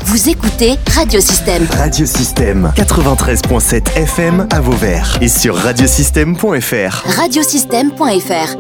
Vous écoutez Radio Système. Radio Système, 93.7 FM à Vauvert et sur radiosystème.fr. Radiosystème.fr.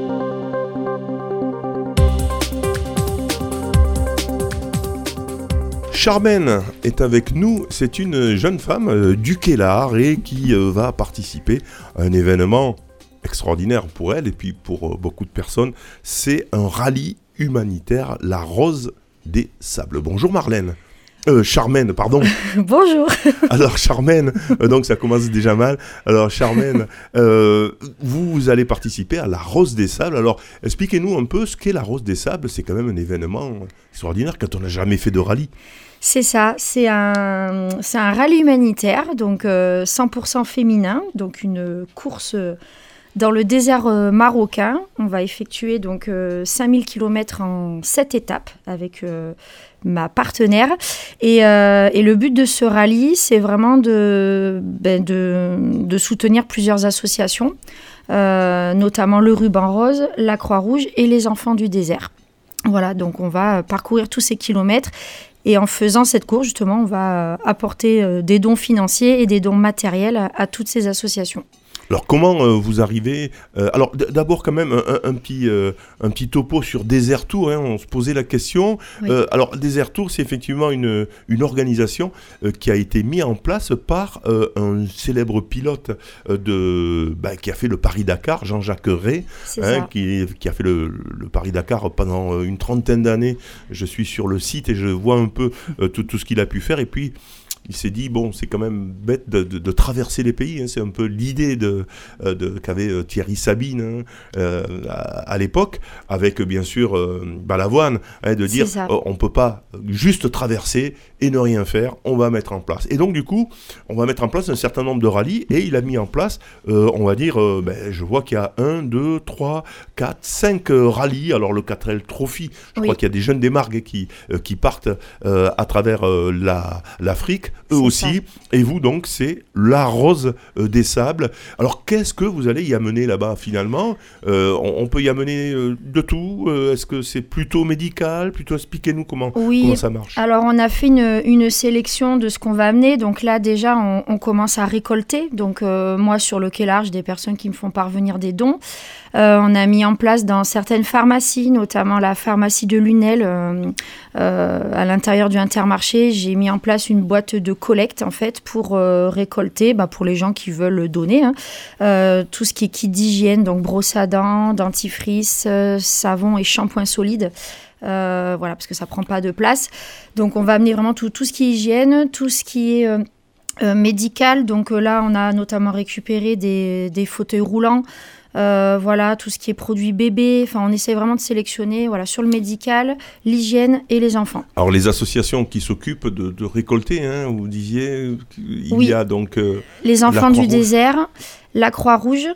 Charmaine est avec nous, c'est une jeune femme du Kellar et qui va participer à un événement extraordinaire pour elle et puis pour beaucoup de personnes. C'est un rallye humanitaire, la Rose des Sables. Bonjour Marlène. Charmaine, pardon. Bonjour. Alors Charmaine, donc ça commence déjà mal. Alors Charmaine, vous allez participer à la Rose des Sables. Alors expliquez-nous un peu ce qu'est la Rose des Sables. C'est quand même un événement extraordinaire quand on n'a jamais fait de rallye. C'est ça, c'est un rallye humanitaire, donc 100% féminin, donc une course dans le désert marocain. On va effectuer donc 5000 km en 7 étapes avec ma partenaire. Et le but de ce rallye, c'est vraiment de soutenir plusieurs associations, notamment le Ruban Rose, la Croix-Rouge et les Enfants du désert. Voilà, donc on va parcourir tous ces kilomètres. Et en faisant cette course, justement, on va apporter des dons financiers et des dons matériels à toutes ces associations. Alors comment vous arrivez alors d'abord quand même un petit topo sur Desert Tour, hein, on se posait la question. Oui. Alors Desert Tour, c'est effectivement une organisation qui a été mise en place par un célèbre pilote qui a fait le Paris-Dakar, Jean-Jacques Rey, qui a fait le Paris-Dakar pendant une trentaine d'années. Je suis sur le site et je vois un peu tout ce qu'il a pu faire et puis il s'est dit, bon, c'est quand même bête de traverser les pays. Hein. C'est un peu l'idée qu'avait Thierry Sabine à l'époque, avec bien sûr Balavoine, de dire on ne peut pas juste traverser et ne rien faire, on va mettre en place. Et donc du coup, on va mettre en place un certain nombre de rallyes et il a mis en place, on va dire, je vois qu'il y a 1, 2, 3, 4, 5 rallyes. Alors le 4L Trophy, je crois qu'il y a des jeunes des Margues qui partent à travers l'Afrique. Eux aussi, et vous donc c'est la Rose des Sables. Alors qu'est-ce que vous allez y amener là-bas finalement? On peut y amener de tout. Est-ce que c'est plutôt médical? Plutôt expliquez-nous comment ça marche. Alors on a fait une sélection de ce qu'on va amener. Donc là déjà on commence à récolter. Donc moi sur le Kellar, j'ai des personnes qui me font parvenir des dons. On a mis en place dans certaines pharmacies, notamment la pharmacie de Lunel, à l'intérieur du Intermarché, j'ai mis en place une boîte de collecte en fait pour récolter, pour les gens qui veulent donner, tout ce qui est kit d'hygiène, donc brosse à dents, dentifrice, savon et shampoing solide. Voilà, parce que ça prend pas de place. Donc on va amener vraiment tout ce qui est hygiène, tout ce qui est médical. Donc là, on a notamment récupéré des fauteuils roulants. Voilà, tout ce qui est produits bébés, enfin on essaie vraiment de sélectionner sur le médical, l'hygiène et les enfants. Alors les associations qui s'occupent de récolter, vous disiez, il y a donc les Enfants du désert, la Croix-Rouge,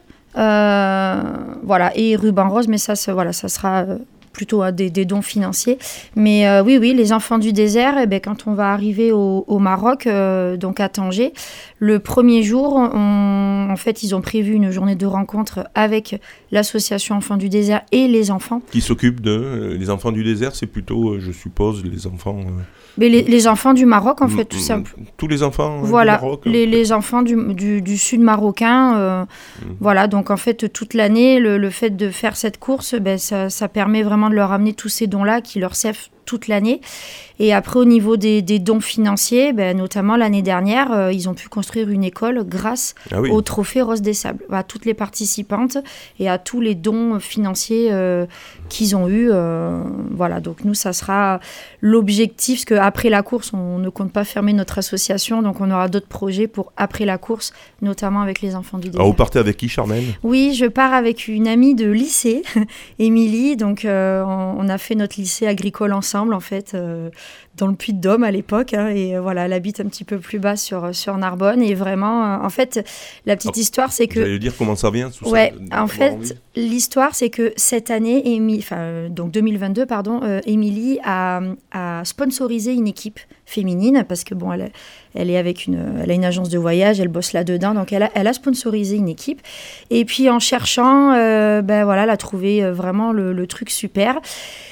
et Ruban Rose, mais ça sera plutôt des dons financiers. Mais oui, les Enfants du désert, quand on va arriver au Maroc, donc à Tanger, le premier jour, ils ont prévu une journée de rencontre avec l'association Enfants du désert et les enfants. Qui s'occupent les Enfants du désert, c'est plutôt, je suppose, les enfants... Mais les enfants du Maroc, en fait, tout simple. Tous les enfants du Maroc les enfants du sud marocain. Voilà, donc en fait, toute l'année, le fait de faire cette course, ça permet vraiment de leur amener tous ces dons-là qui leur servent toute l'année. Et après, au niveau des dons financiers, notamment l'année dernière, ils ont pu construire une école grâce au trophée Rose des Sables, à toutes les participantes et à tous les dons financiers qu'ils ont eus. Voilà, donc nous, ça sera l'objectif, parce qu'après la course, on ne compte pas fermer notre association, donc on aura d'autres projets pour après la course, notamment avec les Enfants du désert. Alors, vous partez avec qui, Charmaine ? Oui, je pars avec une amie de lycée, Émilie, donc on a fait notre lycée agricole ensemble, en fait, dans le Puy-de-Dôme à l'époque, et voilà, elle habite un petit peu plus bas sur Narbonne, et vraiment, en fait, la petite histoire, c'est que... Vous allez dire comment ça vient, tout ça, en fait, l'histoire, c'est que cette année, donc 2022, Émilie a sponsorisé une équipe féminine, parce que bon, elle est avec elle a une agence de voyage, elle bosse là-dedans, donc elle a sponsorisé une équipe, et puis en cherchant, elle a trouvé vraiment le truc super.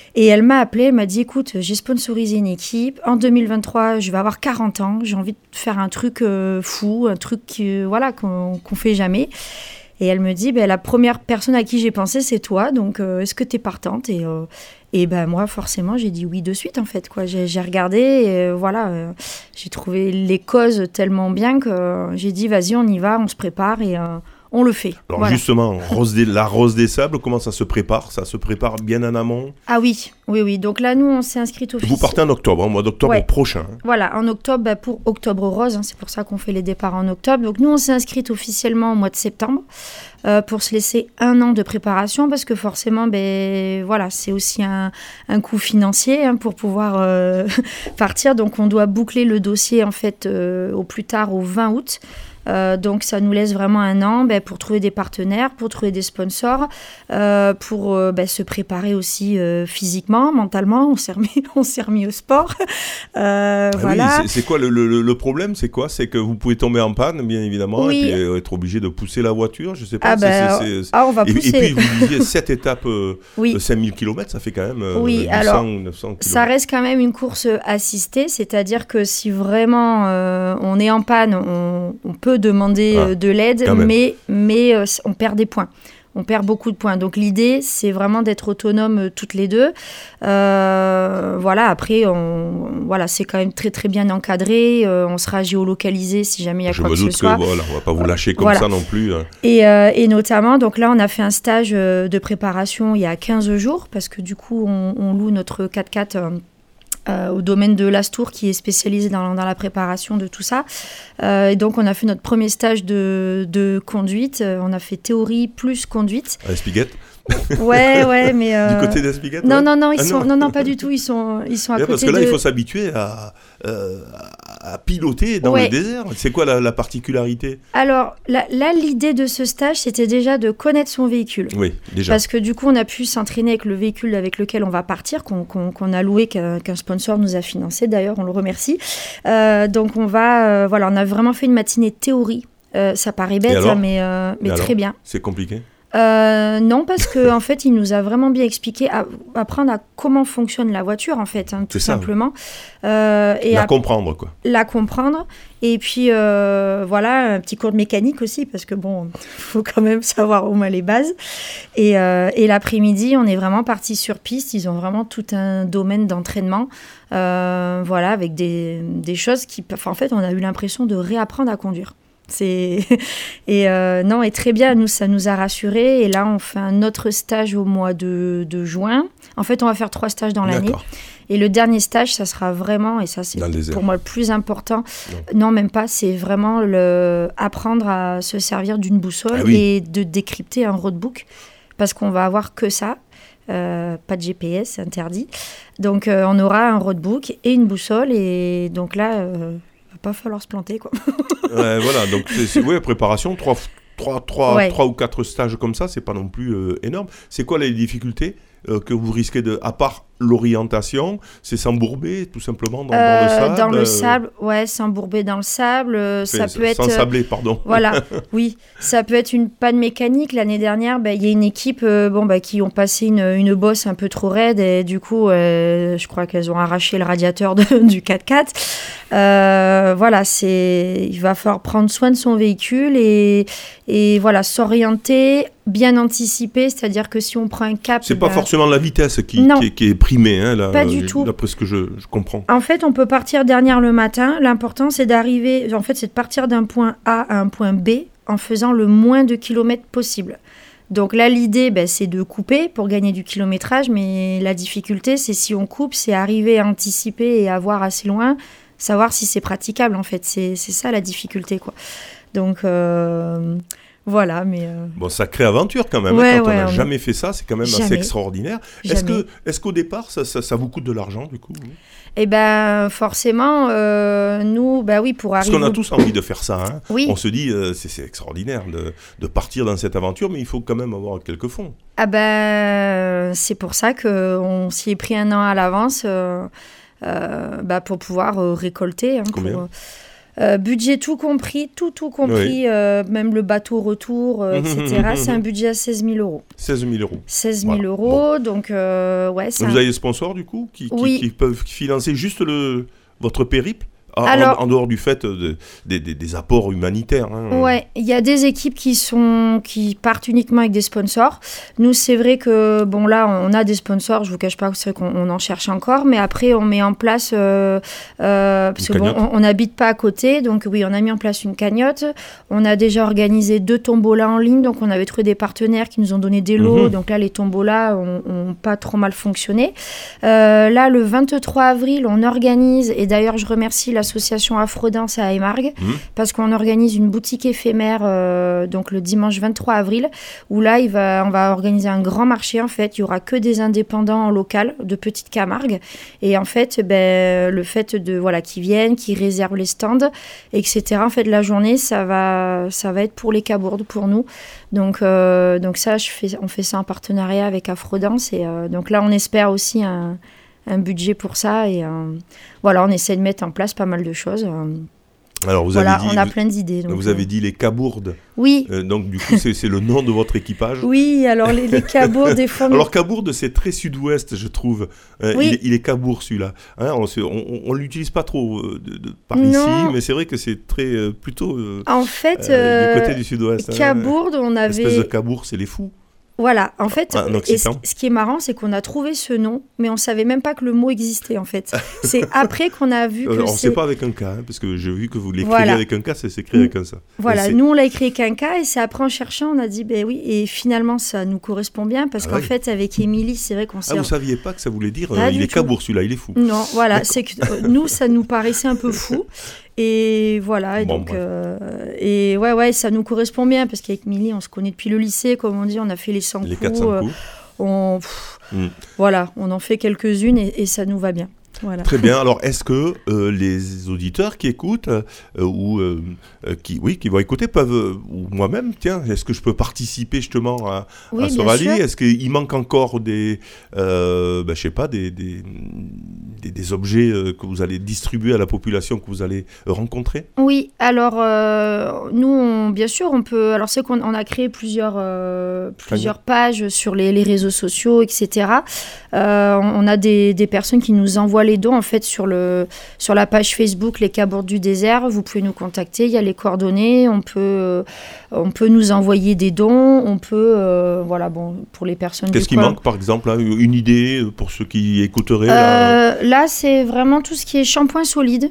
Et elle m'a appelée, elle m'a dit, écoute, j'ai sponsorisé une équipe. En 2023, je vais avoir 40 ans. J'ai envie de faire un truc fou, un truc qu'on fait jamais. Et elle me dit, la première personne à qui j'ai pensé, c'est toi. Donc, est-ce que tu es partante ? Et moi, forcément, j'ai dit oui de suite, en fait, quoi. J'ai regardé et j'ai trouvé les causes tellement bien que j'ai dit, vas-y, on y va, on se prépare et on le fait. Alors justement, la Rose des Sables, comment ça se prépare ? Ça se prépare bien en amont ? Ah oui. Donc là, nous, on s'est inscrite officiellement. Vous partez en octobre, au mois d'octobre prochain. Voilà, en octobre, pour Octobre Rose, c'est pour ça qu'on fait les départs en octobre. Donc nous, on s'est inscrite officiellement au mois de septembre pour se laisser 1 an de préparation parce que forcément, c'est aussi un coût financier pour pouvoir partir. Donc on doit boucler le dossier en fait au plus tard au 20 août. Donc ça nous laisse vraiment 1 an pour trouver des partenaires, pour trouver des sponsors, pour se préparer aussi physiquement, mentalement. On s'est remis au sport. Voilà. Oui, c'est quoi le problème ? C'est quoi ? C'est que vous pouvez tomber en panne, bien évidemment, et puis être obligé de pousser la voiture. Je sais pas. On va pousser. Et puis vous disiez 7 étapes de 5000 km, ça fait quand même 900 km. Ça reste quand même une course assistée, c'est-à-dire que si vraiment on est en panne, on peut demander de l'aide, mais on perd des points. On perd beaucoup de points. Donc l'idée, c'est vraiment d'être autonomes toutes les deux. Après, c'est quand même très très bien encadré. On sera géolocalisé si jamais il y a quoi que ce soit. Je me doute qu'on ne va pas vous lâcher comme ça non plus. Et notamment, donc là, on a fait un stage de préparation il y a 15 jours, parce que du coup, on loue notre 4x4 au domaine de l'Astour qui est spécialisé dans la préparation de tout ça. Et donc, on a fait notre premier stage de conduite. On a fait théorie plus conduite. À Espiguette. Ouais, mais... Du côté d'Espiguette ? Non, non, pas du tout. Ils sont à côté parce que là, il faut s'habituer à piloter dans le désert. C'est quoi la particularité ? Alors, là, l'idée de ce stage, c'était déjà de connaître son véhicule. Oui, déjà. Parce que du coup, on a pu s'entraîner avec le véhicule avec lequel on va partir, qu'on a loué, qu'un sponsor nous a financé. D'ailleurs, on le remercie. Donc, on a vraiment fait une matinée de théorie. Ça paraît bête, mais très bien. C'est compliqué ? Non, parce que en fait, il nous a vraiment bien expliqué, apprendre à comment fonctionne la voiture, en fait, tout simplement. Et comprendre, quoi. La comprendre. Et puis, un petit cours de mécanique aussi, parce que faut quand même savoir au moins les bases. Et l'après-midi, on est vraiment parti sur piste. Ils ont vraiment tout un domaine d'entraînement, avec des choses qui... en fait, on a eu l'impression de réapprendre à conduire. Et très bien, nous, ça nous a rassurés. Et là, on fait un autre stage au mois de juin. En fait, on va faire 3 stages dans l'année. D'accord. Et le dernier stage, ça sera vraiment, et ça c'est pour moi le plus important, non même pas, c'est vraiment apprendre à se servir d'une boussole et de décrypter un roadbook, parce qu'on va avoir que ça. Pas de GPS, c'est interdit. Donc, on aura un roadbook et une boussole. Et donc là... pas falloir se planter, quoi. Donc préparation, 3 ou 4 stages comme ça, c'est pas non plus énorme. C'est quoi les difficultés que vous risquez à part l'orientation, c'est s'embourber tout simplement dans le sable. Dans le sable, s'embourber dans le sable, ça peut être... Sans sabler, pardon. Voilà, oui, ça peut être une panne mécanique. L'année dernière, il y a une équipe qui ont passé une bosse un peu trop raide et du coup, je crois qu'elles ont arraché le radiateur du 4x4. Il va falloir prendre soin de son véhicule et s'orienter, bien anticiper, c'est-à-dire que si on prend un cap... C'est pas forcément la vitesse qui est primée, pas du tout. D'après ce que je comprends. En fait, on peut partir dernière le matin. L'important, c'est c'est de partir d'un point A à un point B en faisant le moins de kilomètres possible. Donc là, l'idée, c'est de couper pour gagner du kilométrage, mais la difficulté, c'est si on coupe, c'est arriver à anticiper et à voir assez loin, savoir si c'est praticable, en fait. C'est ça la difficulté, quoi. Donc... Voilà, mais... sacrée aventure quand même. Quand on n'a jamais fait ça, c'est quand même assez extraordinaire. Jamais. Est-ce qu'au départ, ça vous coûte de l'argent, du coup ? Eh bien, forcément, nous, pour arriver... Parce qu'on a tous envie de faire ça. Hein. Oui. On se dit, c'est extraordinaire de partir dans cette aventure, mais il faut quand même avoir quelques fonds. C'est pour ça qu'on s'y est pris 1 an à l'avance pour pouvoir récolter. Combien Budget tout compris, tout compris, même le bateau retour, etc. C'est un budget à 16 000 euros. 16 000 euros. 16 000 euros, donc ouais. Vous avez des sponsors du coup qui peuvent financer juste votre périple Alors, en dehors du fait des apports humanitaires. Ouais, il y a des équipes qui partent uniquement avec des sponsors. Nous, c'est vrai que, bon, là, on a des sponsors, je ne vous cache pas, c'est vrai qu'on en cherche encore, mais après, on met en place, parce que bon, on n'habite pas à côté, donc oui, on a mis en place une cagnotte. On a déjà organisé 2 tombolas en ligne, donc on avait trouvé des partenaires qui nous ont donné des lots, donc là, les tombolas ont pas trop mal fonctionné. Là, le 23 avril, on organise, et d'ailleurs, je remercie l'association Afrodance à Émargues, parce qu'on organise une boutique éphémère donc le dimanche 23 avril, où là on va organiser un grand marché. En fait, il y aura que des indépendants en local de Petite Camargue, et en fait le fait de qu'ils viennent, qu'ils réservent les stands, etc. En fait, la journée ça va être pour les cabourdes, pour nous. Donc ça, on fait ça en partenariat avec Afrodance, et donc là on espère aussi un budget pour ça, et on essaie de mettre en place pas mal de choses. Alors vous avez dit, on a plein d'idées. Donc, vous avez dit les cabourdes. Oui. Donc du coup c'est le nom de votre équipage. Oui, alors les cabourdes des fois. Alors cabourde, c'est très sud-ouest, je trouve. Oui. Il est cabourd celui-là. On l'utilise pas trop par ici, mais c'est vrai que c'est très plutôt. En fait, du côté du sud-ouest. Cabourde, on avait. L'espèce de cabourd, c'est les fous. Voilà, en fait, ce qui est marrant, c'est qu'on a trouvé ce nom, mais on ne savait même pas que le mot existait, en fait. C'est après qu'on a vu que on ne sait pas avec un K, parce que j'ai vu que vous l'écrivez avec un K, c'est écrit avec un ça. Voilà, nous, on l'a écrit avec un K, et c'est après, en cherchant, on a dit, ben oui, et finalement, ça nous correspond bien, parce qu'en fait, avec Émilie, c'est vrai qu'on s'est... Ah, vous ne saviez pas que ça voulait dire, il est cabourg, celui-là, il est fou. Non, voilà, c'est que nous, ça nous paraissait un peu fou. Et voilà, et bon, donc, et ouais, ça nous correspond bien, parce qu'avec Milly, on se connaît depuis le lycée, comme on dit, on a fait les 100 coups. 400 coups. Voilà, on en fait quelques-unes, et ça nous va bien. Voilà. Très bien. Alors, est-ce que les auditeurs qui écoutent qui vont écouter peuvent, ou moi-même, tiens, est-ce que je peux participer justement à ce rallye ? Est-ce qu'il manque encore des objets que vous allez distribuer à la population que vous allez rencontrer ? Oui. Alors, nous, bien sûr, on peut. Alors, c'est qu'on a créé plusieurs pages sur les réseaux sociaux, etc. On a des personnes qui nous envoient les dons, en fait, sur la page Facebook Les Cabourdes du Désert. Vous pouvez nous contacter, il y a les coordonnées, on peut nous envoyer des dons, on peut pour les personnes. Qu'est-ce qui manque, par exemple, là, une idée pour ceux qui écouteraient là, c'est vraiment tout ce qui est shampoing solide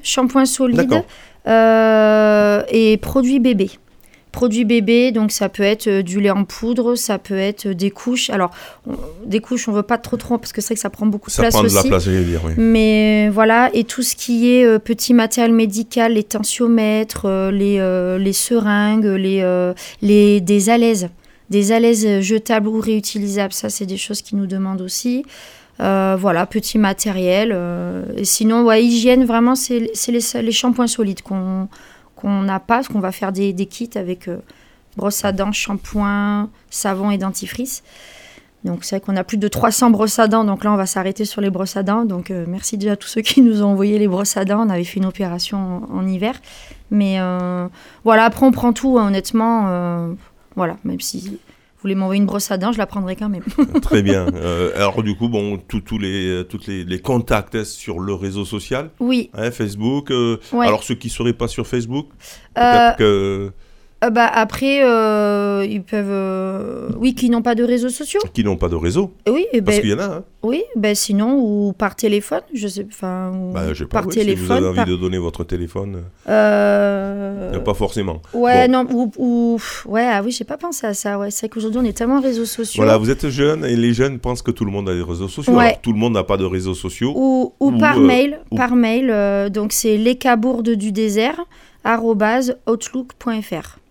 et produits bébés. Produits bébés, donc ça peut être du lait en poudre, ça peut être des couches. Alors, des couches, on ne veut pas trop, parce que c'est vrai que ça prend beaucoup de place aussi. Ça prend de la place, j'allais dire, oui. Mais voilà, et tout ce qui est petit matériel médical, les tensiomètres, les seringues, des alaises. Des alaises jetables ou réutilisables, ça, c'est des choses qui nous demandent aussi. Petit matériel. Et sinon, hygiène, vraiment, c'est les shampoings solides qu'on n'a pas, parce qu'on va faire des kits avec brosse à dents, shampoing, savon et dentifrice. Donc c'est vrai qu'on a plus de 300 brosses à dents, donc là on va s'arrêter sur les brosses à dents. Donc merci déjà à tous ceux qui nous ont envoyé les brosses à dents. On avait fait une opération en hiver. Mais après on prend tout, honnêtement. Même si vous voulez m'envoyer une brosse à dents, je la prendrai quand même. Très bien. Alors du coup, tous les contacts sur le réseau social. Oui. Facebook. Ouais. Alors ceux qui ne seraient pas sur Facebook, peut-être que... Après, ils peuvent... qui n'ont pas de réseaux sociaux. Qui n'ont pas de réseau. Oui. Parce qu'il y en a. Hein. Oui, sinon, ou par téléphone, je sais pas. Je sais pas, téléphone. Si vous avez envie de donner votre téléphone. Pas forcément. Ouais, bon. Non, j'ai pas pensé à ça. Ouais. C'est vrai qu'aujourd'hui, on est tellement réseaux sociaux. Voilà, vous êtes jeune, et les jeunes pensent que tout le monde a des réseaux sociaux. Ouais. Alors, tout le monde n'a pas de réseaux sociaux. Ou par mail. Par mail, donc c'est lescabourdes du désert @outlook.fr.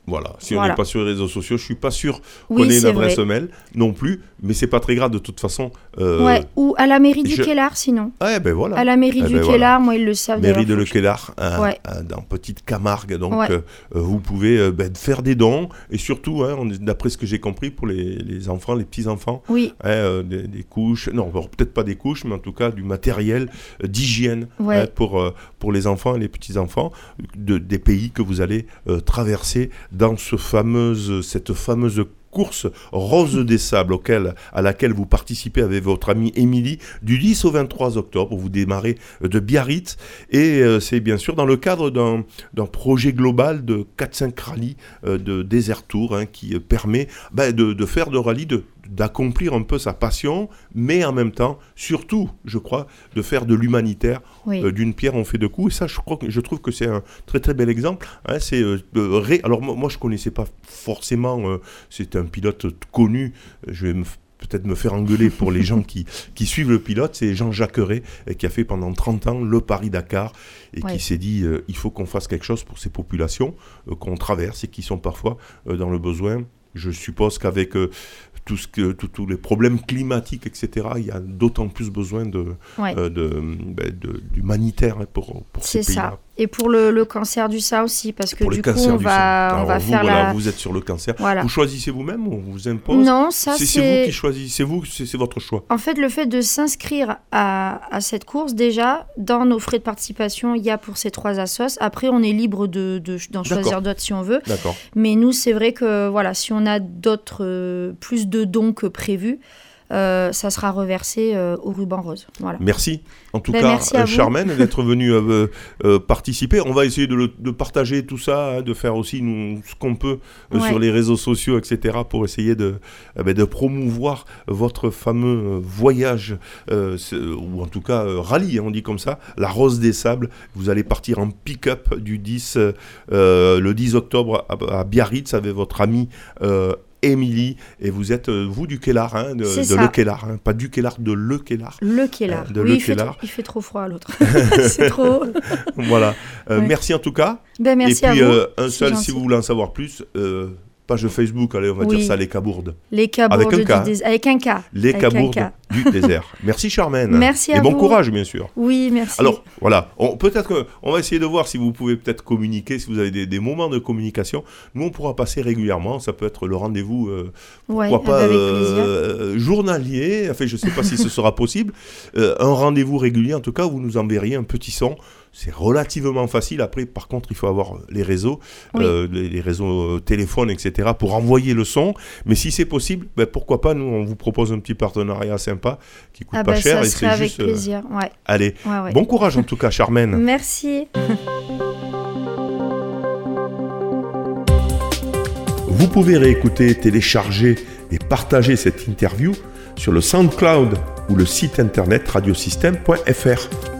Voilà, si on n'est pas sur les réseaux sociaux, je suis pas sûr qu'on Oui, ait une c'est adresse vrai. mail non plus, mais c'est pas très grave de toute façon. Ouais, ou à la mairie du je- Kellar, sinon. Ah, ben voilà. À la mairie Eh du ben Kellar, moi, ils le savent. Mairie d'ailleurs, de faut Le que je- Kellar, Ouais. dans Petite Camargue. Donc, Ouais. vous pouvez faire des dons. Et surtout, d'après ce que j'ai compris, pour les enfants, les petits-enfants, Oui, des couches, non, alors, peut-être pas des couches, mais en tout cas du matériel d'hygiène Ouais. pour les enfants et les petits-enfants des pays que vous allez traverser dans cette fameuse course Rose des Sables à laquelle vous participez avec votre amie Émilie du 10 au 23 octobre. Vous démarrez de Biarritz et c'est bien sûr dans le cadre d'un projet global de 4-5 rallyes de Desert Tour qui permet de faire de rallye, d'accomplir un peu sa passion, mais en même temps, surtout, je crois, de faire de l'humanitaire. oui. D'une pierre, on fait deux coups. Et ça, je trouve que c'est un très très bel exemple. Alors moi, je connaissais pas forcément. C'est un pilote connu. Je vais peut-être me faire engueuler pour les gens qui suivent le pilote. C'est Jean-Jacques Ray qui a fait pendant 30 ans le Paris-Dakar et qui s'est dit il faut qu'on fasse quelque chose pour ces populations qu'on traverse et qui sont parfois dans le besoin. Je suppose qu'avec tous les problèmes climatiques, etc., il y a d'autant plus besoin d'humanitaire pour ces C'est pays-là. ça. Et pour le cancer du sein aussi, parce que Pour le du coup, cancer on du sein. va Alors faire voilà, vous êtes sur le cancer. Voilà. Vous choisissez vous-même ou on vous impose? Non, ça c'est vous qui choisissez, c'est votre choix. En fait, le fait de s'inscrire à cette course, déjà, dans nos frais de participation, il y a pour ces 3 assos. Après, on est libre d'en choisir d'autres si on veut. D'accord. Mais nous, c'est vrai que voilà, si on a d'autres, plus de dons que prévu, ça sera reversé au ruban rose. Voilà. Merci en tout Ben, cas merci à vous. Charmaine d'être venue participer. On va essayer de partager tout ça, de faire aussi ce qu'on peut Ouais. sur les réseaux sociaux, etc. pour essayer de promouvoir votre fameux voyage, ou en tout cas rallye, on dit comme ça, la Rose des Sables. Vous allez partir en pick-up le 10 octobre à Biarritz avec votre amie Émilie, et vous êtes vous du Kellar, de ça. Le Kellar, pas du Kellar, de Le Kellar. Le Kellar. de Oui, Le il fait Kellar. il fait trop froid à l'autre. C'est trop. Voilà. Ouais. Merci en tout cas. Ben, merci et puis à vous. un C'est seul, gentil. si vous voulez en savoir plus, page Facebook, allez, on va Oui. dire ça, les Cabourdes. Les cabourdes Avec un K. avec un K. Les Avec un Cabourdes K. du désert. Merci Charmaine. Merci et à bon vous. courage, bien sûr. Oui, merci. Alors, voilà, peut-être qu'on va essayer de voir si vous pouvez peut-être communiquer, si vous avez des moments de communication. Nous, on pourra passer régulièrement, ça peut être le rendez-vous, ouais, pourquoi pas, avec plaisir. journalier, enfin, je ne sais pas si ce sera possible, un rendez-vous régulier, en tout cas, où vous nous enverriez un petit son. C'est relativement facile. Après, par contre, il faut avoir les réseaux, Oui. les réseaux téléphone, etc., pour envoyer le son. Mais si c'est possible, pourquoi pas, nous, on vous propose un petit partenariat sympa qui coûte pas cher. Ça Et serait c'est avec juste, plaisir. Ouais. allez, Ouais. bon courage en tout cas, Charmaine. Merci. Vous pouvez réécouter, télécharger et partager cette interview sur le SoundCloud ou le site internet radiosystème.fr.